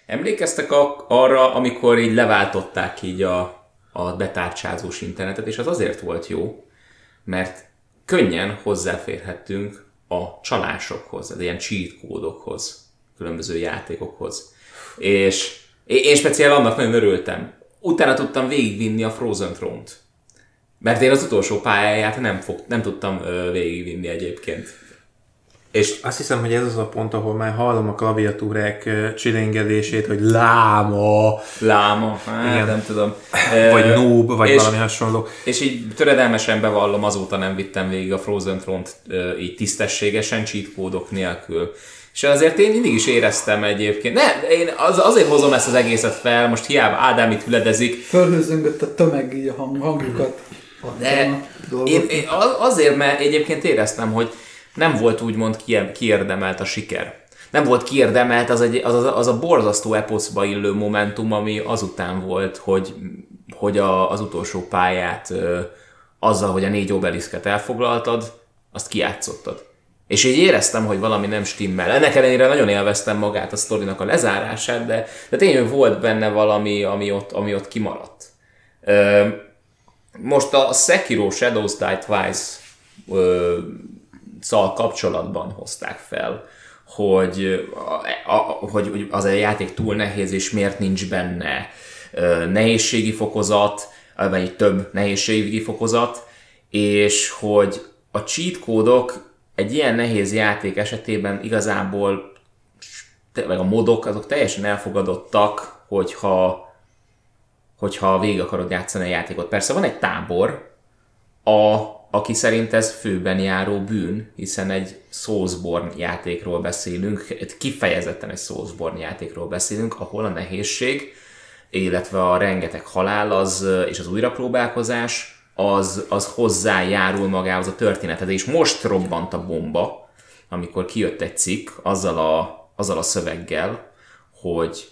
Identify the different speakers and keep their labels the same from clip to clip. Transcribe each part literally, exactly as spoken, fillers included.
Speaker 1: Emlékeztek a, arra, amikor így leváltották így a, a betárcsázós internetet, és az azért volt jó, mert könnyen hozzáférhettünk a csalásokhoz, az ilyen cheat kódokhoz, különböző játékokhoz. És én speciál annak nagyon örültem. Utána tudtam végigvinni a Frozen Throne-t. Mert én az utolsó pályáját nem, fog, nem tudtam ö, végigvinni egyébként. És
Speaker 2: azt hiszem, hogy ez az a pont, ahol már hallom a klaviatúrák csilingedését, hogy láma.
Speaker 1: Láma, hát igen. Nem tudom.
Speaker 2: Vagy noob, vagy és, valami hasonló.
Speaker 1: És így töredelmesen bevallom, azóta nem vittem végig a Frozen Throne-t így tisztességesen, cheat kódok nélkül. És azért én mindig is éreztem egyébként. Ne, én az, azért hozom ezt az egészet fel, most hiába Ádám itt hüledezik.
Speaker 3: Fölhőzöngött a tömeg így a hang, hangjukat.
Speaker 1: De én, én azért, mert egyébként éreztem, hogy nem volt úgymond kiérdemelt a siker. Nem volt kiérdemelt az, egy, az, az, az a borzasztó eposzba illő momentum, ami azután volt, hogy, hogy a, az utolsó pályát ö, azzal, hogy a négy obeliszket elfoglaltad, azt kijátszottad. És így éreztem, hogy valami nem stimmel. Ennek ellenére nagyon élveztem magát a sztorinak a lezárását, de, de tényleg volt benne valami, ami ott, ami ott kimaradt. Ö, most a Sekiro Shadows Die Twice ö, szal kapcsolatban hozták fel, hogy, a, a, hogy az a játék túl nehéz, és miért nincs benne ö, nehézségi fokozat, vagy több nehézségi fokozat, és hogy a cheat kódok egy ilyen nehéz játék esetében igazából, meg a modok, azok teljesen elfogadottak, hogyha, hogyha végig akarod játszani a játékot. Persze van egy tábor, a, aki szerint ez főben járó bűn, hiszen egy Soulsborne játékról beszélünk, kifejezetten egy Soulsborne játékról beszélünk, ahol a nehézség, illetve a rengeteg halál az, és az újrapróbálkozás, az, az hozzájárul magához a történeted. És most robbant a bomba, amikor kijött egy cikk azzal a, azzal a szöveggel, hogy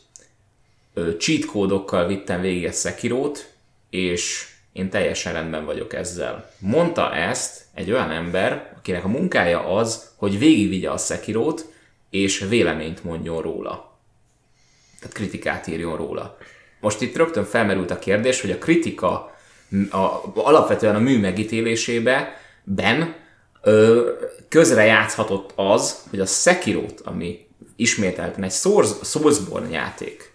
Speaker 1: ö, cheat kódokkal vittem végig a Sekirót, és én teljesen rendben vagyok ezzel. Mondta ezt egy olyan ember, akinek a munkája az, hogy végigvigye a Sekirót, és véleményt mondjon róla. Tehát kritikát írjon róla. Most itt rögtön felmerült a kérdés, hogy a kritika A, alapvetően a mű megítélésébe ben ö, közrejátszhatott az, hogy a Sekirót, ami ismételten egy Soulsborne játék,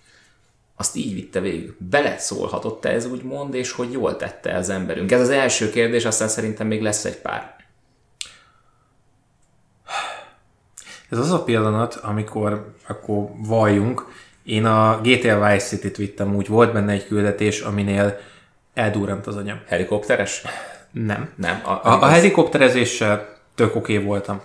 Speaker 1: azt így vitte végig. Beleszólhatott ez úgymond, és hogy jól tette az emberünk. Ez az első kérdés, aztán szerintem még lesz egy pár.
Speaker 2: Ez az a pillanat, amikor akkor valljunk. Én a gé té á Vice City-t vittem úgy, volt benne egy küldetés, aminél eldurrant az agyam.
Speaker 1: Helikopteres?
Speaker 2: Nem.
Speaker 1: Nem.
Speaker 2: A, a, a helikopterezéssel tök oké okay voltam.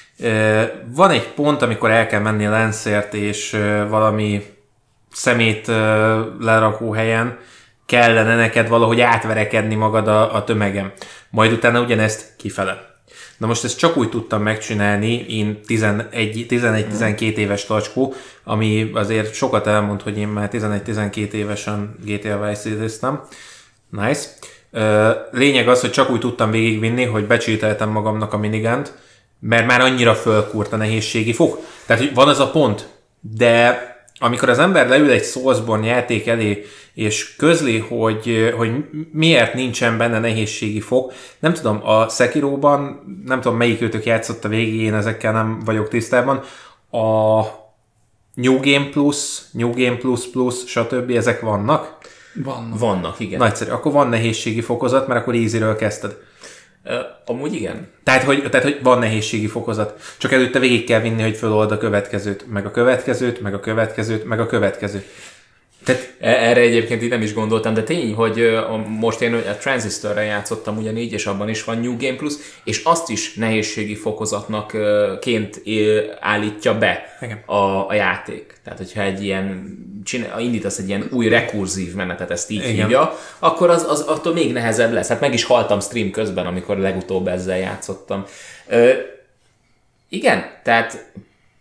Speaker 2: Van egy pont, amikor el kell menni Lancert, és valami szemét lerakó helyen kellene neked valahogy átverekedni magad a, a tömegem. Majd utána ugyanezt kifele. Na most ezt csak úgy tudtam megcsinálni, én tizenegy-tizenkét éves tacskó, ami azért sokat elmond, hogy én már tizenegy-tizenkét évesen gé té á Vice City-ztem. Nice. Lényeg az, hogy csak úgy tudtam végigvinni, hogy becsíteltem magamnak a minigant, mert már annyira fölkúrt a nehézségi fok. Tehát, hogy van az a pont, de amikor az ember leül egy Soulsborne játék elé, és közli, hogy, hogy miért nincsen benne nehézségi fok, nem tudom, a Sekiroban, nem tudom melyik őtök játszott a végén, én ezekkel nem vagyok tisztában, a New Game Plus, New Game Plus Plus, stb. Ezek vannak?
Speaker 1: Vannak. Vannak, igen.
Speaker 2: Nagyszerű. Akkor van nehézségi fokozat, mert akkor easy-ről kezdted.
Speaker 1: Uh, amúgy igen.
Speaker 2: Tehát hogy, tehát, hogy van nehézségi fokozat. Csak előtte végig kell vinni, hogy fölold a következőt, meg a következőt, meg a következőt, meg a következőt.
Speaker 1: Tehát... Erre egyébként így nem is gondoltam, de tény, hogy most én a Transistorral játszottam ugyanígy, és abban is van New Game Plus, és azt is nehézségi fokozatnak ként állítja be a, a játék. Tehát, hogyha egy ilyen, csinál, indítasz egy ilyen új rekurzív menetet, ezt így Igen. hívja, akkor az, az attól még nehezebb lesz. Hát meg is haltam stream közben, amikor legutóbb ezzel játszottam. Ö, igen, tehát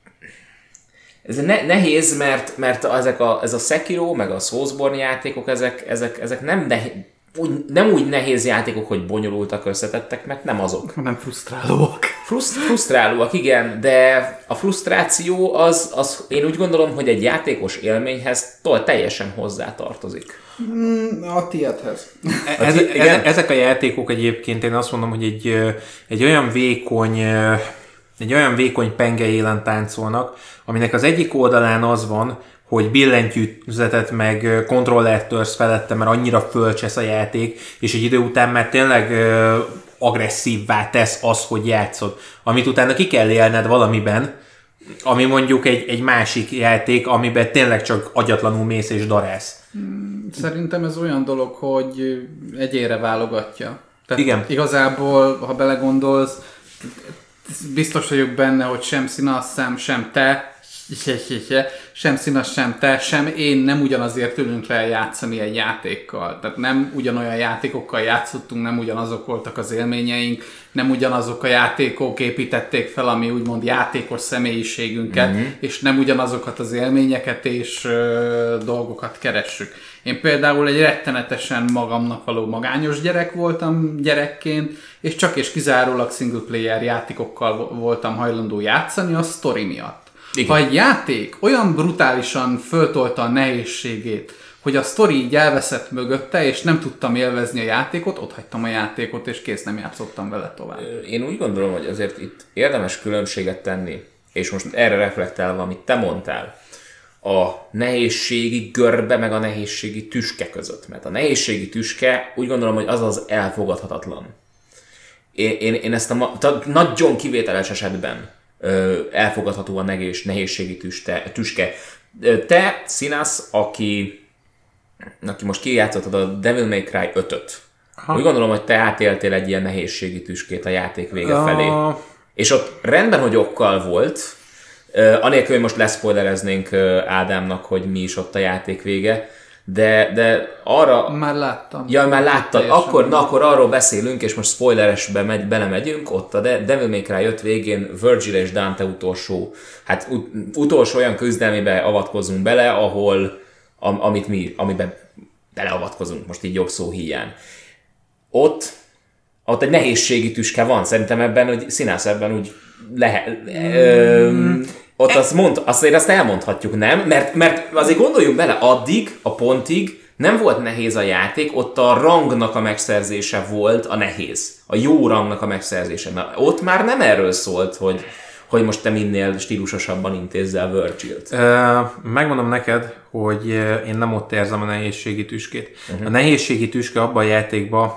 Speaker 1: ez ne, nehéz, mert, mert ezek a, ez a Sekiro, meg a Soulsborne játékok, ezek, ezek, ezek nem, nehéz, úgy, nem úgy nehéz játékok, hogy bonyolultak, összetettek, mert nem azok.
Speaker 3: Nem frusztrálóak.
Speaker 1: Frusztrálóak, igen, de a frusztráció az, az, én úgy gondolom, hogy egy játékos élményhez teljesen hozzátartozik.
Speaker 3: A tiédhez.
Speaker 2: Ez, ez, ezek a játékok egyébként én azt mondom, hogy egy, egy olyan vékony egy olyan vékony penge élen táncolnak, aminek az egyik oldalán az van, hogy billentyűzetet meg kontrollert törsz felette, mert annyira fölcsesz a játék, és egy idő után már tényleg agresszívvá tesz az, hogy játszod. Amit utána ki kell élned valamiben, ami mondjuk egy, egy másik játék, amiben tényleg csak agyatlanul mész és darálsz.
Speaker 3: Szerintem ez olyan dolog, hogy egyére válogatja. Tehát
Speaker 2: igen.
Speaker 3: Igazából, ha belegondolsz, biztos vagyok benne, hogy sem színasszám, sem te, sem színas, sem te, sem én nem ugyanazért ülünk le játszani egy játékkal. Tehát nem ugyanolyan játékokkal játszottunk, nem ugyanazok voltak az élményeink, nem ugyanazok a játékok építették fel, ami úgymond játékos személyiségünket, mm-hmm. és nem ugyanazokat az élményeket és ö, dolgokat keressük. Én például egy rettenetesen magamnak való magányos gyerek voltam gyerekként, és csak és kizárólag single player játékokkal voltam hajlandó játszani a sztori miatt. Igen. Ha egy játék olyan brutálisan föltolta a nehézségét, hogy a sztori így elveszett mögötte, és nem tudtam élvezni a játékot, ott hagytam a játékot, és kész, nem játszottam vele tovább.
Speaker 1: Én úgy gondolom, hogy azért itt érdemes különbséget tenni, és most erre reflektálva, amit te mondtál, a nehézségi görbe, meg a nehézségi tüske között. Mert a nehézségi tüske úgy gondolom, hogy az az elfogadhatatlan. Én, én, én ezt a ma- nagyon kivételes esetben elfogadható a nehéz, nehézségi tüste, tüske. Te, Színász, aki, aki most kijátszottad a Devil May Cry ötöt, úgy gondolom, hogy te átéltél egy ilyen nehézségi tüskét a játék vége uh... felé. És ott rendben, hogy okkal volt, anélkül, hogy most leszpoilereznénk Ádámnak, hogy mi is ott a játék vége, de, de arra...
Speaker 3: Már láttam.
Speaker 1: Ja, már láttad. Akkor, na, akkor arról beszélünk, és most spoileresbe megy, belemegyünk. Ott a Devil May Cry öt végén Virgil és Dante utolsó, hát ut, utolsó olyan küzdelmébe avatkozunk bele, ahol, am, amit mi, amiben beleavatkozunk, most így jobb szó híján. Ott, ott egy nehézségi tüske van, szerintem ebben, hogy Színász ebben úgy lehet... Mm. Ott azt, mond, azt, azt elmondhatjuk, nem? Mert, mert azért gondoljunk bele, addig, a pontig nem volt nehéz a játék, ott a rangnak a megszerzése volt a nehéz. A jó rangnak a megszerzése. Na, ott már nem erről szólt, hogy, hogy most te minél stílusosabban intézzel Virgilt.
Speaker 2: Megmondom neked, hogy én nem ott érzem a nehézségi tüskét. Uh-huh. A nehézségi tüske abban a játékban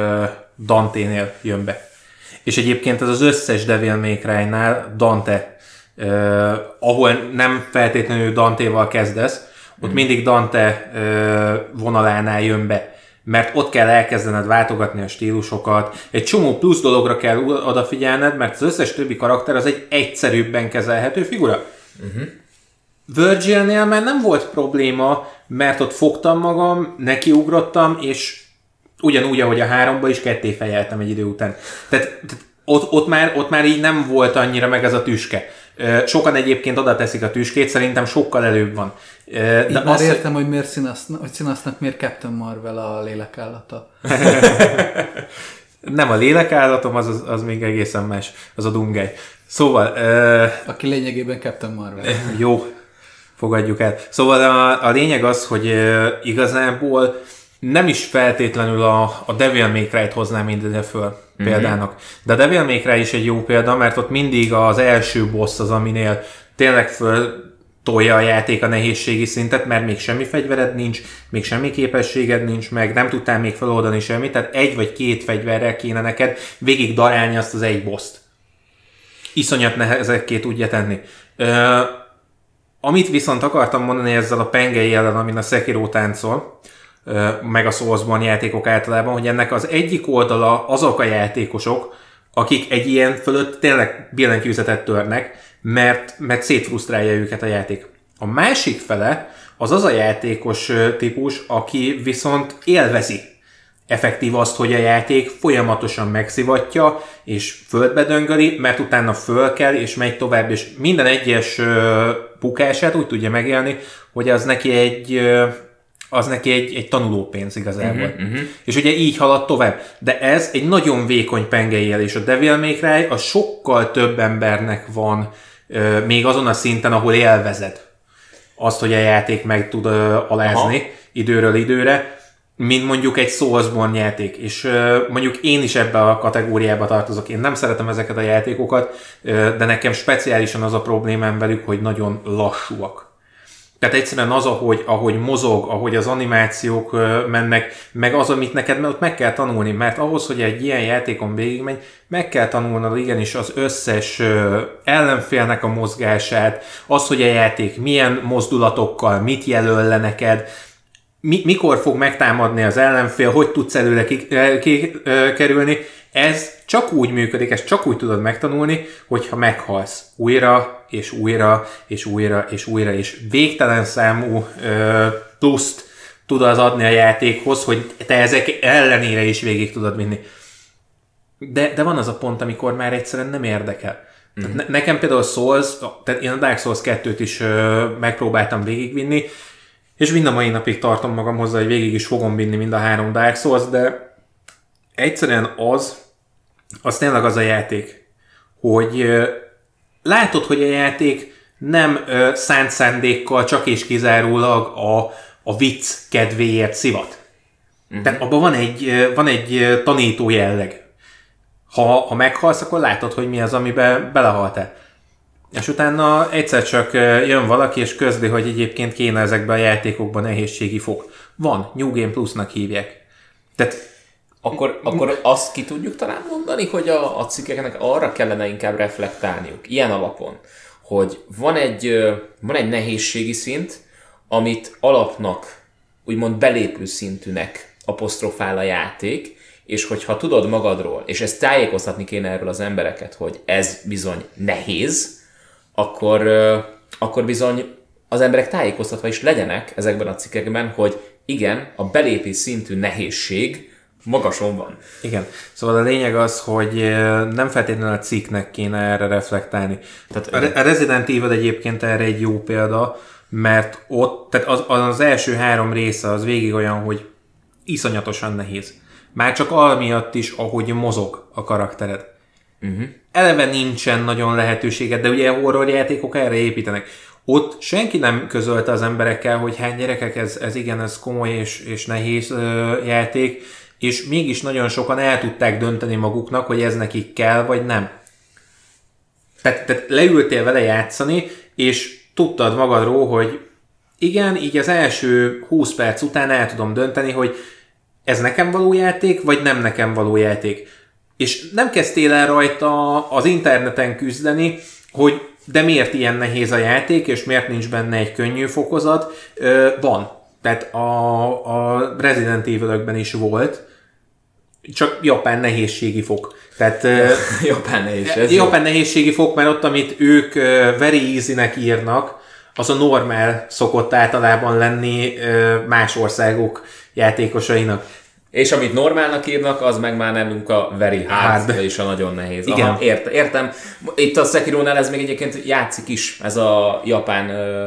Speaker 2: Dante-nél jön be. És egyébként ez az összes Devil May Cry-nál Dante, Uh, ahol nem feltétlenül Dante-val kezdesz, ott mm. mindig Dante uh, vonalánál jön be, mert ott kell elkezdened váltogatni a stílusokat, egy csomó plusz dologra kell odafigyelned, mert az összes többi karakter az egy egyszerűbben kezelhető figura. Uh-huh. Virgilnél már nem volt probléma, mert ott fogtam magam, nekiugrottam, és ugyanúgy, ahogy a háromba is ketté fejeltem egy idő után. Tehát, tehát ott, ott, már, ott már így nem volt annyira meg ez a tüske. Sokan egyébként oda teszik a tüskét, szerintem sokkal előbb van.
Speaker 3: De így már értem, hogy miért Színásznak miért Captain Marvel a lélekállata.
Speaker 2: Nem a lélekállatom, az, az, az még egészen más, az a Dungay. Szóval... Uh,
Speaker 3: Aki lényegében Captain Marvel.
Speaker 2: Jó, fogadjuk el. Szóval a, a lényeg az, hogy uh, igazából nem is feltétlenül a, a Devil May Cry-t hoznám mindenre föl mm-hmm. példának. De a Devil May Cry is egy jó példa, mert ott mindig az első boss az, aminél tényleg föl tolja a játék a nehézségi szintet, mert még semmi fegyvered nincs, még semmi képességed nincs meg, nem tudtál még feloldani semmit, tehát egy vagy két fegyverrel kéne neked végig darálni azt az egy boszt. Iszonyat nehezekké tudja tenni. Uh, amit viszont akartam mondani ezzel a pengei ellen, amin a Sekiro táncol, meg a Soulsborne játékok általában, hogy ennek az egyik oldala azok a játékosok, akik egy ilyen fölött tényleg billentyűzetet törnek, mert, mert szétfrusztrálja őket a játék. A másik fele az az a játékos típus, aki viszont élvezi effektív azt, hogy a játék folyamatosan megszivatja, és földbe döngöli, mert utána föl kell, és megy tovább, és minden egyes bukását úgy tudja megélni, hogy az neki egy az neki egy, egy tanulópénz igazából.
Speaker 1: Uh-huh, uh-huh.
Speaker 2: És ugye így halad tovább. De ez egy nagyon vékony pengejjel, és a Devil May Cry a sokkal több embernek van euh, még azon a szinten, ahol élvezed azt, hogy a játék meg tud uh, alázni Aha. időről időre, mint mondjuk egy Soulsborne játék. És uh, mondjuk én is ebbe a kategóriába tartozok. Én nem szeretem ezeket a játékokat, uh, de nekem speciálisan az a problémám velük, hogy nagyon lassúak. Tehát egyszerűen az, ahogy, ahogy mozog, ahogy az animációk uh, mennek, meg az, amit neked ott meg kell tanulni, mert ahhoz, hogy egy ilyen játékon végigmegy, meg kell tanulnod igenis az összes uh, ellenfélnek a mozgását, az, hogy a játék milyen mozdulatokkal, mit jelöl le neked, mi, mikor fog megtámadni az ellenfél, hogy tudsz előre kikerülni. Ez csak úgy működik, ezt csak úgy tudod megtanulni, hogyha meghalsz újra, és újra, és újra, és újra, és végtelen számú ö, pluszt tud az adni a játékhoz, hogy te ezek ellenére is végig tudod vinni. De, de van az a pont, amikor már egyszerűen nem érdekel. Mm-hmm. Ne, nekem például Souls, tehát én a Dark Souls kettőt is ö, megpróbáltam végigvinni, és mind a mai napig tartom magam hozzá, hogy végig is fogom vinni mind a három Dark Souls, de egyszerűen az, az tényleg az a játék, hogy ö, látod, hogy a játék nem ö, szánt szándékkal csak és kizárólag a, a vicc kedvéért szivat. Uh-huh. Tehát abban van egy, van egy tanító jelleg. Ha, ha meghalsz, akkor látod, hogy mi az, amiben belehaltál. És utána egyszer csak jön valaki, és közli, hogy egyébként kéne ezekben a játékokban nehézségi fok. Van, New Game Plus-nak hívják. Tehát
Speaker 1: Akkor, akkor azt ki tudjuk talán mondani, hogy a, a cikkeknek arra kellene inkább reflektálniuk, ilyen alapon, hogy van egy, van egy nehézségi szint, amit alapnak, úgymond belépő szintűnek apostrofál a játék, és hogyha tudod magadról, és ezt tájékoztatni kéne erről az embereket, hogy ez bizony nehéz, akkor, akkor bizony az emberek tájékoztatva is legyenek ezekben a cikkekben, hogy igen, a belépés szintű nehézség magason van.
Speaker 2: Igen. Szóval a lényeg az, hogy nem feltétlenül a cikknek kéne erre reflektálni. Tehát a Resident Evil egyébként erre egy jó példa, mert ott, tehát az, az első három része az végig olyan, hogy iszonyatosan nehéz. Már csak amiatt is, ahogy mozog a karaktered. Uh-huh. Eleve nincsen nagyon lehetőséged, de ugye a horror játékok erre építenek. Ott senki nem közölte az emberekkel, hogy hát gyerekek, ez, ez igen, ez komoly és, és nehéz ö, játék, és mégis nagyon sokan el tudták dönteni maguknak, hogy ez nekik kell, vagy nem. Tehát, tehát leültél vele játszani, és tudtad magadról, hogy igen, így az első húsz perc után el tudom dönteni, hogy ez nekem való játék, vagy nem nekem való játék. És nem kezdtél el rajta az interneten küzdeni, hogy de miért ilyen nehéz a játék, és miért nincs benne egy könnyű fokozat. Ö, van. Tehát a, a Resident Evil-ökben is volt, csak japán nehézségi fok. Tehát,
Speaker 1: japán, nehéz,
Speaker 2: japán nehézségi fok, mert ott, amit ők very easy-nek írnak, az a normál szokott általában lenni más országok játékosainak.
Speaker 1: És amit normálnak írnak, az meg már nálunk a very hard, hard. És a nagyon nehéz.
Speaker 2: Igen.
Speaker 1: Aha, ért, értem. Itt a Sekironál ez még egyébként játszik is, ez a japán...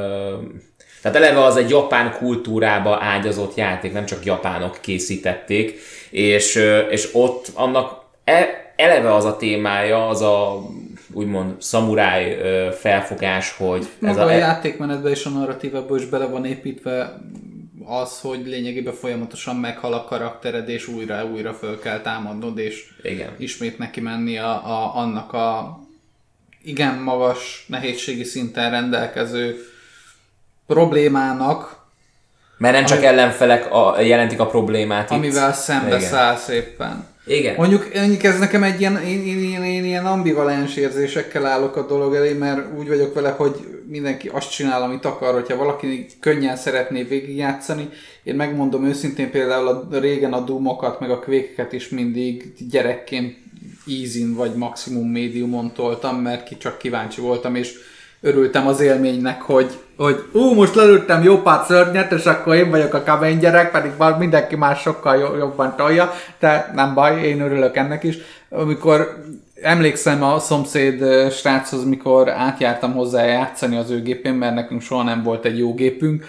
Speaker 1: Tehát eleve az egy japán kultúrába ágyazott játék, nem csak japánok készítették, és, és ott annak eleve az a témája, az a úgymond szamuráj felfogás, hogy...
Speaker 3: Ez a, a játékmenetben és a narratívában is bele van építve az, hogy lényegében folyamatosan meghal a karaktered, és újra-újra föl kell támadnod, és
Speaker 1: igen.
Speaker 3: ismét neki menni a, a, annak a igen magas nehézségi szinten rendelkező problémának.
Speaker 1: Mert nem csak ami, ellenfelek a, jelentik a problémát
Speaker 3: amivel
Speaker 1: itt.
Speaker 3: szembe szállsz éppen.
Speaker 1: Igen.
Speaker 3: Mondjuk ez nekem egy ilyen, én, én, én, én ilyen ambivalens érzésekkel állok a dolog elé, mert úgy vagyok vele, hogy mindenki azt csinál, amit akar, hogyha valaki könnyen szeretné végigjátszani. Én megmondom őszintén, például a, régen a Doomokat, meg a Quake-eket is mindig gyerekként easy-n vagy maximum mediumon toltam, mert ki csak kíváncsi voltam, és örültem az élménynek, hogy, hogy ú, most lelőttem jó pár szörnyet, és akkor én vagyok a kemény gyerek, pedig mindenki más sokkal jobban tolja, de nem baj, én örülök ennek is. Amikor emlékszem a szomszéd sráchoz, mikor átjártam hozzá játszani az ő gépén, mert nekünk soha nem volt egy jó gépünk,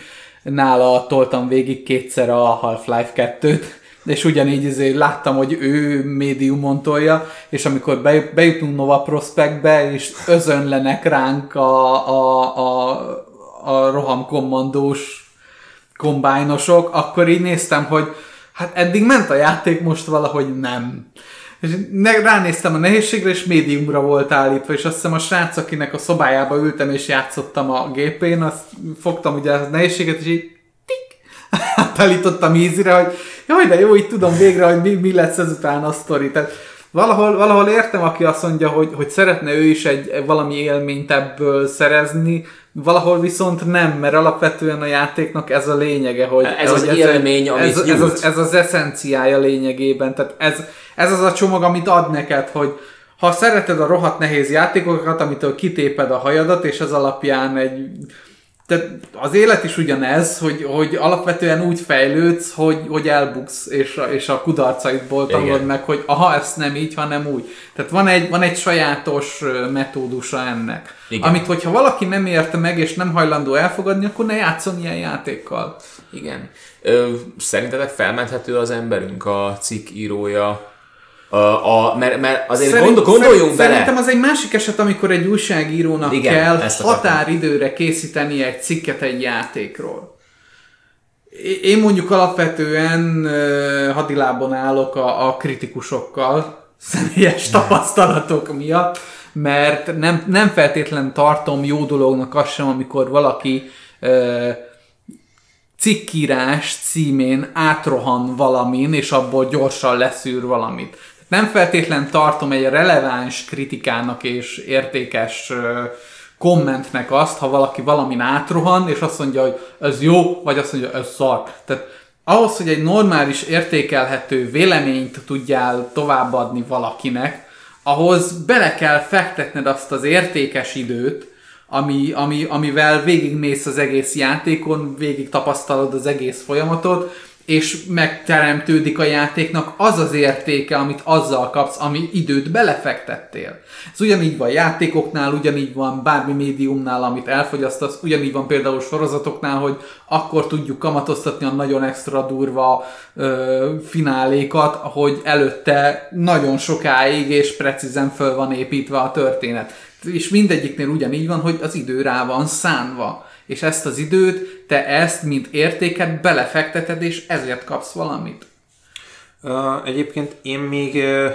Speaker 3: nála toltam végig kétszer a Half-Life kettőt, és ugyanígy azért láttam, hogy ő médiumon tolja, és amikor bejutunk Nova Prospectbe, és özönlenek ránk a, a, a, a rohamkommandós kombájnosok, akkor így néztem, hogy hát eddig ment a játék, most valahogy nem. És ránéztem a nehézségre, és médiumra volt állítva, és azt hiszem a srác, akinek a szobájába ültem, és játszottam a gépén, azt fogtam ugye a nehézséget, és így tik, átállítottam easyre, hogy jaj, de jó, így tudom végre, hogy mi, mi lesz ezután a sztori. Tehát valahol, valahol értem, aki azt mondja, hogy, hogy szeretne ő is egy valami élményt ebből szerezni, valahol viszont nem, mert alapvetően a játéknak ez a lényege, hogy
Speaker 1: ez
Speaker 3: hogy
Speaker 1: az ez élmény, amit
Speaker 3: ez, ez, az, ez az eszenciája lényegében. Tehát ez, ez az a csomag, amit ad neked, hogy ha szereted a rohadt nehéz játékokat, amitől kitéped a hajadat, és ez alapján egy... Tehát az élet is ugyanez, hogy, hogy alapvetően úgy fejlődsz, hogy, hogy elbuksz, és a, és a kudarcaidból tanulod meg, hogy aha, ez nem így, hanem úgy. Tehát van egy, van egy sajátos metódusa ennek. Igen. Amit, hogyha valaki nem érte meg, és nem hajlandó elfogadni, akkor ne játszon ilyen játékkal.
Speaker 1: Igen. Ö, szerintetek felmenthető az emberünk, a cikk írója? A, a, mert, mert azért Szerint, gondol, gondoljunk bele.
Speaker 3: Szerintem az egy másik eset, amikor egy újságírónak igen, kell határidőre készíteni egy cikket egy játékról. Én mondjuk alapvetően hadilábon állok a, a kritikusokkal, személyes tapasztalatok miatt, mert nem, nem feltétlen tartom jó dolognak azt sem, amikor valaki cikkírás címén átrohan valamin, és abból gyorsan leszűr valamit. Nem feltétlen tartom egy releváns kritikának és értékes kommentnek azt, ha valaki valamin átrohan, és azt mondja, hogy ez jó, vagy azt mondja, ez szar. Tehát ahhoz, hogy egy normális, értékelhető véleményt tudjál továbbadni valakinek, ahhoz bele kell fektetned azt az értékes időt, Ami, ami, amivel végigmész az egész játékon, végig tapasztalod az egész folyamatot, és megteremtődik a játéknak az az értéke, amit azzal kapsz, ami időt belefektettél. Ez ugyanígy van játékoknál, ugyanígy van bármi médiumnál, amit elfogyasztasz, ugyanígy van például sorozatoknál, hogy akkor tudjuk kamatoztatni a nagyon extra durva ö, finálékat, hogy előtte nagyon sokáig és precízen föl van építve a történet. És mindegyiknél ugyanígy van, hogy az idő rá van szánva. És ezt az időt, te ezt, mint értéket belefekteted, és ezért kapsz valamit.
Speaker 2: Uh, egyébként én még, uh,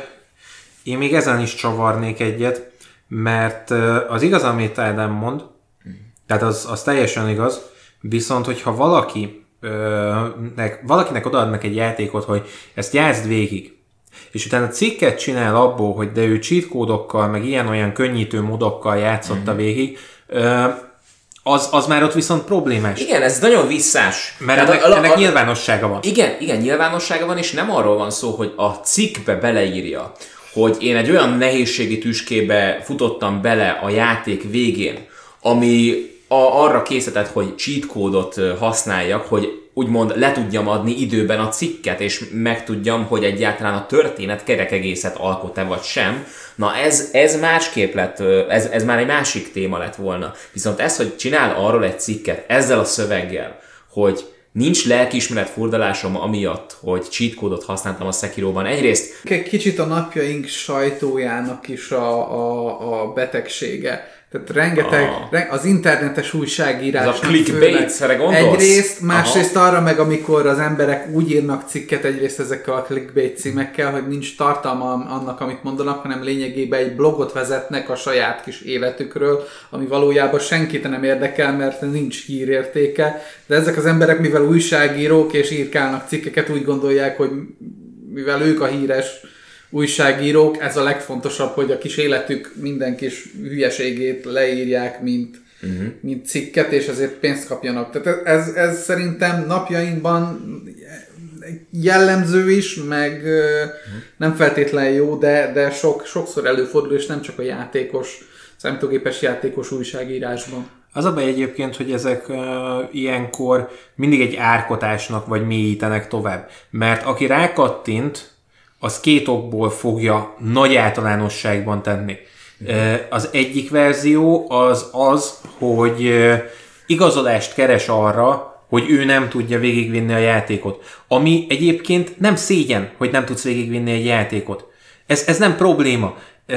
Speaker 2: én még ezen is csavarnék egyet, mert uh, az igaz, amit Ádám mond, tehát az, az teljesen igaz, viszont hogyha valaki, uh, nek, valakinek odaadnak egy játékot, hogy ezt játszd végig, és utána cikket csinál abból, hogy de ő cheat kódokkal, meg ilyen-olyan könnyítő módokkal játszotta mm-hmm. végig, uh, Az, az már ott viszont problémás.
Speaker 1: Igen, ez nagyon visszás.
Speaker 2: Mert ennek, a, a, ennek nyilvánossága van.
Speaker 1: Igen, igen, nyilvánossága van, és nem arról van szó, hogy a cikkbe beleírja, hogy én egy olyan nehézségi tüskébe futottam bele a játék végén, ami a, arra készített, hogy cheat kódot használjak, hogy úgymond le tudjam adni időben a cikket, és megtudjam, hogy egyáltalán a történet kerek egészet alkot-e vagy sem. Na ez, ez másképp lett, ez, ez már egy másik téma lett volna. Viszont ez, hogy csinál arról egy cikket ezzel a szöveggel, hogy nincs lelkiismeret furdalásom amiatt, hogy cheat kódot használtam a Sekiroban. Egyrészt...
Speaker 3: Kicsit a napjaink sajtójának is a, a, a betegsége. Tehát rengeteg, ah. az internetes újságírásnak
Speaker 1: ez a clickbait-re gondolsz?
Speaker 3: Egyrészt, másrészt aha. arra meg, amikor az emberek úgy írnak cikket egyrészt ezekkel a clickbait címekkel, hogy nincs tartalma annak, amit mondanak, hanem lényegében egy blogot vezetnek a saját kis életükről, ami valójában senkit nem érdekel, mert nincs hírértéke. De ezek az emberek, mivel újságírók és írkálnak cikkeket, úgy gondolják, hogy mivel ők a híres újságírók, ez a legfontosabb, hogy a kis életük minden kis hülyeségét leírják, mint, uh-huh. mint cikket, és ezért pénzt kapjanak. Tehát ez, ez szerintem napjainkban jellemző is, meg uh-huh. nem feltétlen jó, de, de sok, sokszor előfordul, és nem csak a játékos, számítógépes játékos újságírásban.
Speaker 2: Az a baj egyébként, hogy ezek uh, ilyenkor mindig egy árkotásnak vagy mélyítenek tovább. Mert aki rákattint, az két okból fogja nagy általánosságban tenni. Mm. Az egyik verzió az az, hogy igazolást keres arra, hogy ő nem tudja végigvinni a játékot. Ami egyébként nem szégyen, hogy nem tudsz végigvinni egy játékot. Ez, ez nem probléma.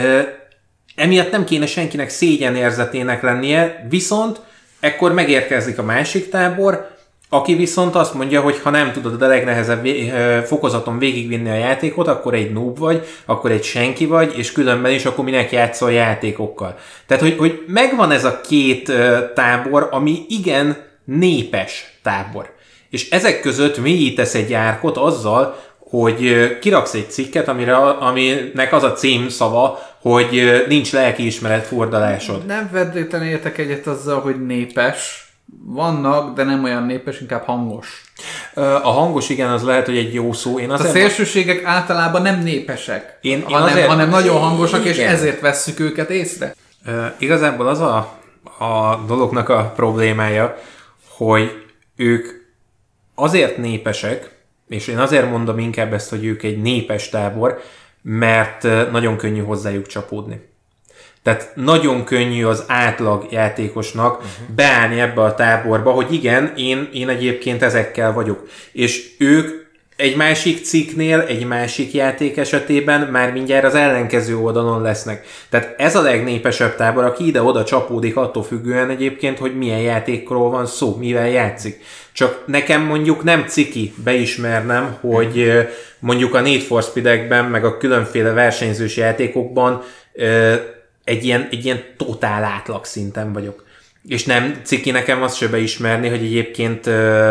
Speaker 2: Emiatt nem kéne senkinek szégyenérzetének lennie, viszont ekkor megérkezik a másik tábor, aki viszont azt mondja, hogy ha nem tudod a legnehezebb fokozaton végigvinni a játékot, akkor egy noob vagy, akkor egy senki vagy, és különben is akkor minek játszol játékokkal. Tehát, hogy, hogy megvan ez a két tábor, ami igen népes tábor. És ezek között mélyítesz egy árkot azzal, hogy kiraksz egy cikket, amire, aminek az a címszava, hogy nincs lelkiismeret furdalásod.
Speaker 3: Nem feltétlenül értek egyet azzal, hogy népes. Vannak, de nem olyan népes, inkább hangos.
Speaker 2: A hangos, igen, az lehet, hogy egy jó szó. Én
Speaker 3: a szélsőségek általában nem népesek,
Speaker 2: én, én
Speaker 3: hanem,
Speaker 2: azért...
Speaker 3: hanem nagyon hangosak, igen. És ezért vesszük őket észre.
Speaker 2: Uh, igazából az a, a dolognak a problémája, hogy ők azért népesek, és én azért mondom inkább ezt, hogy ők egy népes tábor, mert nagyon könnyű hozzájuk csapódni. Tehát nagyon könnyű az átlag játékosnak uh-huh. beállni ebbe a táborba, hogy igen, én, én egyébként ezekkel vagyok. És ők egy másik cikknél, egy másik játék esetében már mindjárt az ellenkező oldalon lesznek. Tehát ez a legnépesebb tábor, aki ide-oda csapódik attól függően egyébként, hogy milyen játékról van szó, mivel játszik. Csak nekem mondjuk nem ciki beismernem, hogy mondjuk a Need for Speed-ekben, meg a különféle versenyzős játékokban egy ilyen, egy ilyen totál átlag szinten vagyok. És nem ciki nekem azt se beismerni, hogy egyébként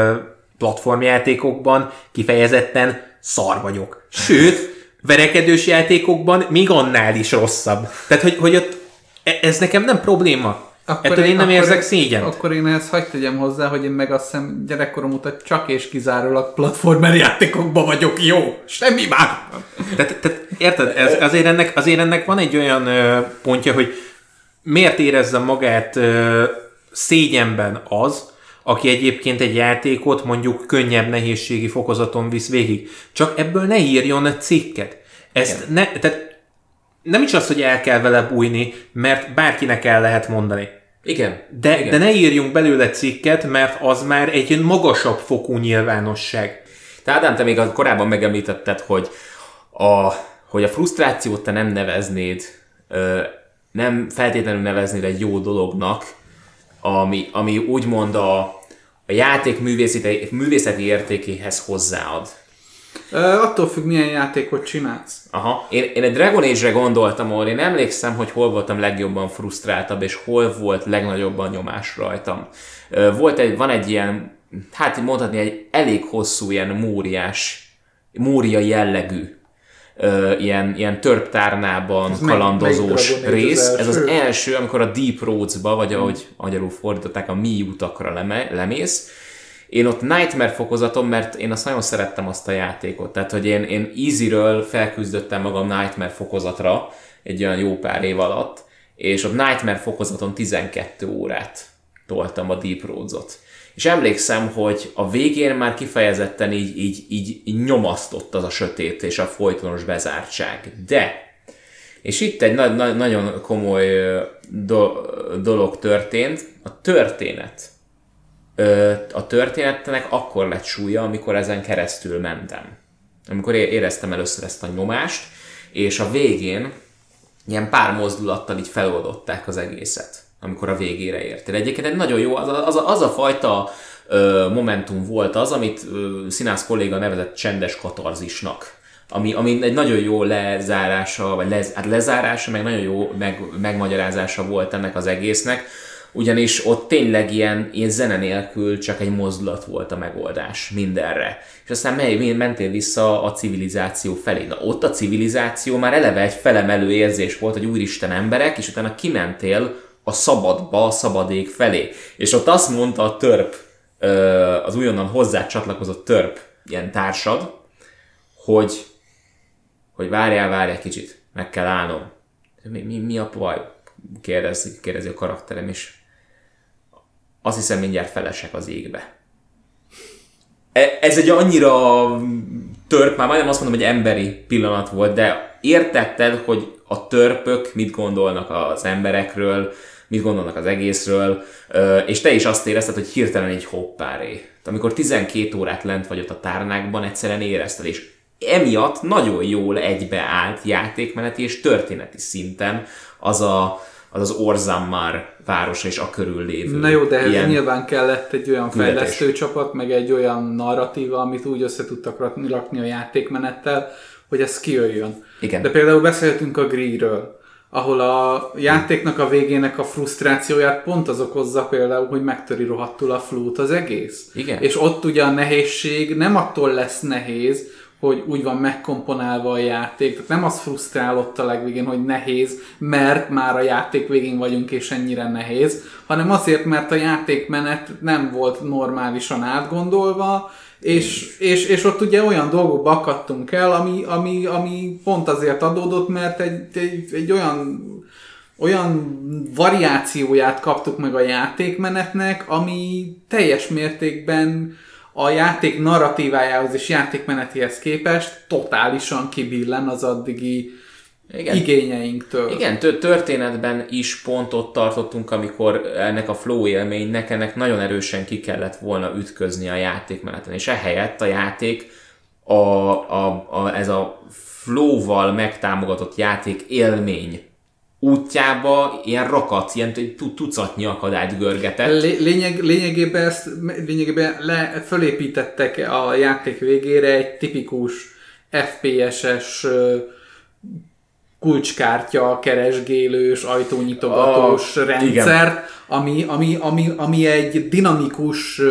Speaker 2: platformjátékokban kifejezetten szar vagyok. Sőt, verekedős játékokban még annál is rosszabb. Tehát, hogy, hogy ott ez nekem nem probléma. Akkor Ettől én, én nem érzek szégyent.
Speaker 3: Akkor én ezt hagyd tegyem hozzá, hogy én meg azt hiszem gyerekkorom óta csak és kizárólag platformer játékokban vagyok jó. Semmi már.
Speaker 2: Tehát, tehát érted, ez, azért, ennek, azért ennek van egy olyan ö, pontja, hogy miért érezze magát ö, szégyenben az, aki egyébként egy játékot mondjuk könnyebb nehézségi fokozaton visz végig. Csak ebből ne írjon egy cikket. Ezt ne, tehát nem is az, hogy el kell vele bújni, mert bárkinek el lehet mondani.
Speaker 1: Igen.
Speaker 2: De,
Speaker 1: Igen.
Speaker 2: de ne írjunk belőle cikket, mert az már egy magasabb fokú nyilvánosság.
Speaker 1: Te Ádám, te még korábban megemlítetted, hogy a, hogy a frusztrációt te nem neveznéd, nem feltétlenül neveznéd egy jó dolognak, ami, ami úgymond a, a játék művészeti, művészeti értékéhez hozzáad.
Speaker 3: Uh, attól függ, milyen játékot csinálsz.
Speaker 1: Aha. Én, én egy Dragon Age-re gondoltam, ahol én emlékszem, hogy hol voltam legjobban frusztráltabb, és hol volt legnagyobban nyomás rajtam. Uh, volt egy, van egy ilyen, hát mondhatni egy elég hosszú, ilyen móriás, mória jellegű, uh, ilyen, ilyen törptárnában ez kalandozós meg, rész. Ez az első, amikor a Deep Roads-ba, vagy ahogy magyarul fordították, a mély utakra leme, lemész. Én ott Nightmare fokozaton, mert én azt nagyon szerettem azt a játékot. Tehát, hogy én, én Easy-ről felküzdöttem magam Nightmare fokozatra egy olyan jó pár év alatt, és ott Nightmare fokozaton tizenkét órát toltam a Deep Roads-ot. És emlékszem, hogy a végén már kifejezetten így, így, így, így nyomasztott az a sötét és a folytonos bezártság. De, és itt egy na- na- nagyon komoly do- dolog történt, a történet. A történetnek akkor lett súlya, amikor ezen keresztül mentem. Amikor éreztem először ezt a nyomást, és a végén ilyen pár mozdulattal így feloldották az egészet, amikor a végére értél. Egyébként egy nagyon jó, az a, az a, az a fajta ö, momentum volt az, amit ö, Színász kolléga nevezett csendes katarzisnak. Ami, ami egy nagyon jó lezárása, vagy lez, hát lezárása, meg nagyon jó meg, megmagyarázása volt ennek az egésznek, ugyanis ott tényleg ilyen, ilyen zene nélkül csak egy mozdulat volt a megoldás mindenre. És aztán mely, mentél vissza a civilizáció felé. Na, ott a civilizáció már eleve egy felemelő érzés volt, hogy úristen emberek, és utána kimentél a szabadba, a szabadég felé. És ott azt mondta a törp, az újonnan hozzá csatlakozott törp, ilyen társad, hogy, hogy várjál, várjál kicsit, meg kell állnom. Mi, mi, mi a baj? Kérdezi, kérdezi a karakterem is. Azt hiszem, mindjárt felesek az égbe. Ez egy annyira törp, már majdnem azt mondom, hogy emberi pillanat volt, de értetted, hogy a törpök mit gondolnak az emberekről, mit gondolnak az egészről, és te is azt érezted, hogy hirtelen egy hoppáré. Amikor tizenkét órát lent vagy ott a tárnákban, egyszerűen érezted, és emiatt nagyon jól egybeállt játékmeneti és történeti szinten az a, az, az Orzammar városa és a körül lévő.
Speaker 3: Na jó, de ehhez nyilván kellett egy olyan fejlesztő csapat, meg egy olyan narratíva, amit úgy össze tudtak rakni a játékmenettel, hogy ez kijöjjön.
Speaker 1: Igen.
Speaker 3: De például beszéltünk a Gree-ről, ahol a játéknak a végének a frusztrációját pont az okozza például, hogy megtöri rohadtul a flót az egész.
Speaker 1: Igen.
Speaker 3: És ott ugye a nehézség nem attól lesz nehéz, hogy úgy van megkomponálva a játék, tehát nem az frusztrál ott a legvégén, hogy nehéz, mert már a játék végén vagyunk és ennyire nehéz, hanem azért, mert a játékmenet nem volt normálisan átgondolva, és, és, és ott ugye olyan dolgokba akadtunk el, ami, ami, ami pont azért adódott, mert egy, egy, egy olyan, olyan variációját kaptuk meg a játékmenetnek, ami teljes mértékben a játék narratívájához és játékmenetéhez képest totálisan kibillen az addigi igen. igényeinktől.
Speaker 1: Igen, történetben is pont ott tartottunk, amikor ennek a flow élménynek ennek nagyon erősen ki kellett volna ütközni a játékmeneten, és ehelyett a játék a, a, a, ez a flow-val megtámogatott játék élmény útjába ilyen rakat, ilyen tucatnyi akadályt görgetett.
Speaker 3: Lényeg, lényegében ezt lényegében le, fölépítettek a játék végére egy tipikus ef pé es-es kulcskártya, keresgélős, ajtónyitogatós oh, rendszert, ami, ami, ami, ami egy dinamikus,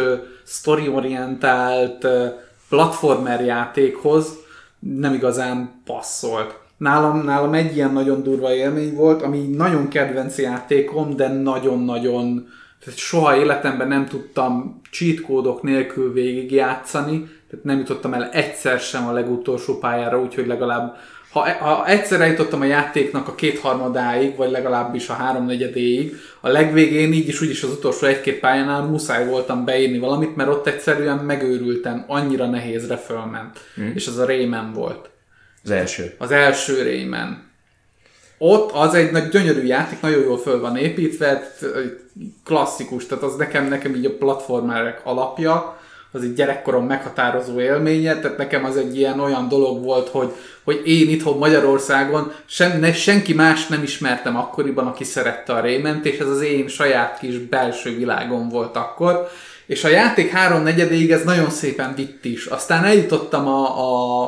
Speaker 3: sztoriorientált platformer játékhoz nem igazán passzolt. Nálam, nálam egy ilyen nagyon durva élmény volt, ami nagyon kedvenc játékom, de nagyon-nagyon, tehát soha életemben nem tudtam cheat kódok nélkül végigjátszani, tehát nem jutottam el egyszer sem a legutolsó pályára, úgyhogy legalább Ha, ha egyszer eljutottam a játéknak a kétharmadáig, vagy legalábbis a háromnegyedéig, a legvégén így is úgyis az utolsó egy-két pályánál muszáj voltam beírni valamit, mert ott egyszerűen megőrültem, annyira nehézre fölment. Hmm. És az a Rayman volt.
Speaker 1: Az első.
Speaker 3: Az első Rayman. Ott az egy nagy gyönyörű játék, nagyon jól föl van építve, klasszikus, tehát az nekem, nekem így a platformerek alapja, az egy gyerekkorom meghatározó élménye, tehát nekem az egy ilyen olyan dolog volt, hogy, hogy én itthon Magyarországon sem, ne, senki más nem ismertem akkoriban, aki szerette a Rayment, és ez az én saját kis belső világom volt akkor, és a játék háromnegyedéig ez nagyon szépen vitt is. Aztán eljutottam a, a,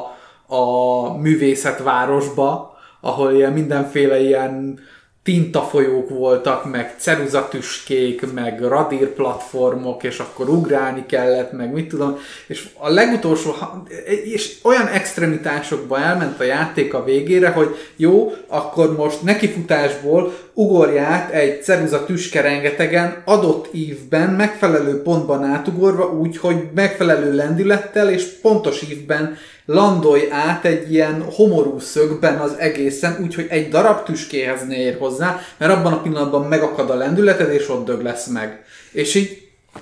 Speaker 3: a művészetvárosba, ahol ilyen mindenféle ilyen tintafolyók voltak, meg ceruzatüskék, meg radírplatformok, és akkor ugrálni kellett, meg mit tudom, és a legutolsó, és olyan extremitásokba elment a játék a végére, hogy jó, akkor most nekifutásból ugorját egy ceruzatüske rengetegen, adott ívben, megfelelő pontban átugorva, úgy, hogy megfelelő lendülettel, és pontos ívben landolj át egy ilyen homorú szögben az egészen, úgyhogy egy darab tüskéhez ne ér hozzá, mert abban a pillanatban megakad a lendületed, és ott dög lesz meg. És így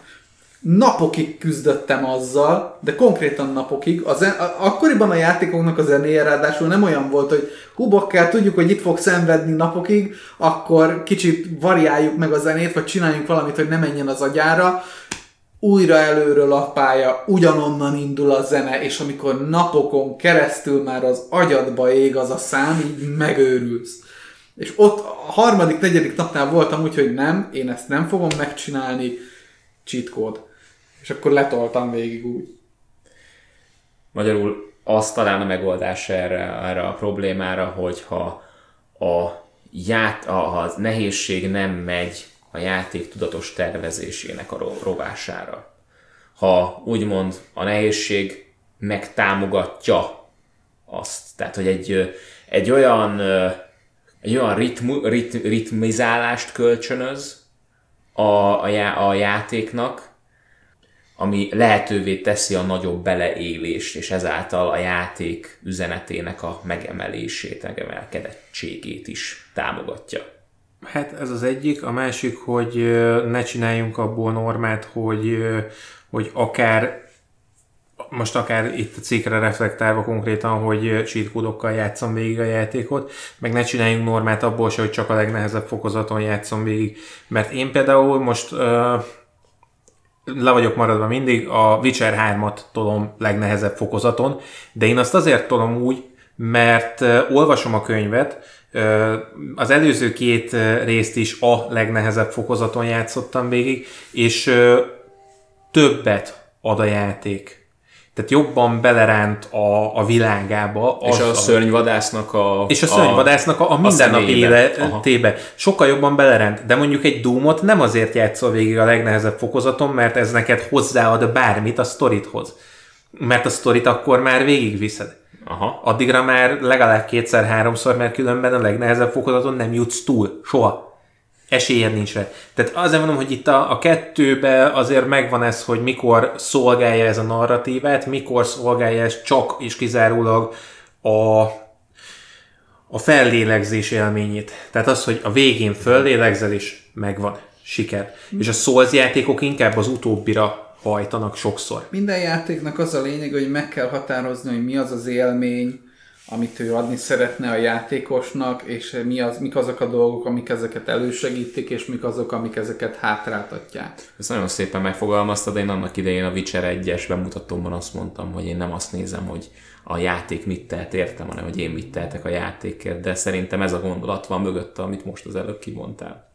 Speaker 3: napokig küzdöttem azzal, de konkrétan napokig. A zen- akkoriban a játékoknak a zenéje ráadásul nem olyan volt, hogy hú, bakker, tudjuk, hogy itt fog szenvedni napokig, akkor kicsit variáljuk meg a zenét, vagy csináljunk valamit, hogy ne menjen az agyára. Újra előről a pálya, ugyanonnan indul a zene, és amikor napokon keresztül már az agyadba ég az a szám, így megőrülsz. És ott a harmadik, negyedik napnál voltam úgy, hogy nem, én ezt nem fogom megcsinálni, cheat code. És akkor letoltam végig úgy.
Speaker 1: Magyarul az talán a megoldás erre, erre a problémára, hogyha a, ját, a, a nehézség nem megy a játék tudatos tervezésének a rovására. Ha úgymond a nehézség megtámogatja azt, tehát hogy egy, egy olyan, egy olyan ritmu, rit, ritmizálást kölcsönöz a, a, já, a játéknak, ami lehetővé teszi a nagyobb beleélést, és ezáltal a játék üzenetének a megemelését, megemelkedettségét is támogatja.
Speaker 2: Hát ez az egyik, a másik, hogy ne csináljunk abból normát, hogy, hogy akár most akár itt a cikkre reflektálva konkrétan, hogy cheat kódokkal játszom végig a játékot, meg ne csináljunk normát abból se, hogy csak a legnehezebb fokozaton játszom végig. Mert én például most uh, le vagyok maradva mindig, a Witcher hármat tolom legnehezebb fokozaton, de én azt azért tolom úgy, mert uh, olvasom a könyvet, uh, az előző két uh, részt is a legnehezebb fokozaton játszottam végig, és uh, többet ad a játék. Tehát jobban beleránt a, a világába.
Speaker 1: És a, a szörnyvadásznak a...
Speaker 2: És a szörnyvadásznak a, a mindennapi életébe. Sokkal jobban beleránt. De mondjuk egy Doomot nem azért játszol végig a legnehezebb fokozaton, mert ez neked hozzáad bármit a sztorithoz. Mert a sztorit akkor már végigviszed.
Speaker 1: Aha.
Speaker 2: Addigra már legalább kétszer-háromszor, mert különben a legnehezebb fokozaton nem jutsz túl. Soha. Esélyed nincs rá. Tehát azért mondom, hogy itt a, a kettőben azért megvan ez, hogy mikor szolgálja ez a narratívát, mikor szolgálja ez csak és kizárólag a, a fellélegzés élményét. Tehát az, hogy a végén föllélegzel és megvan. Siker. És a Souls játékok inkább az utóbbira hajtanak sokszor.
Speaker 3: Minden játéknak az a lényeg, hogy meg kell határozni, hogy mi az az élmény, amit ő adni szeretne a játékosnak, és mi az, mik azok a dolgok, amik ezeket elősegítik, és mik azok, amik ezeket hátráltatják.
Speaker 1: Ezt nagyon szépen megfogalmaztad, én annak idején a Witcher egyes bemutatómban azt mondtam, hogy én nem azt nézem, hogy a játék mit tehet értem, hanem hogy én mit tehetek a játékért, de szerintem ez a gondolat van mögötte, amit most az előbb kimondtál.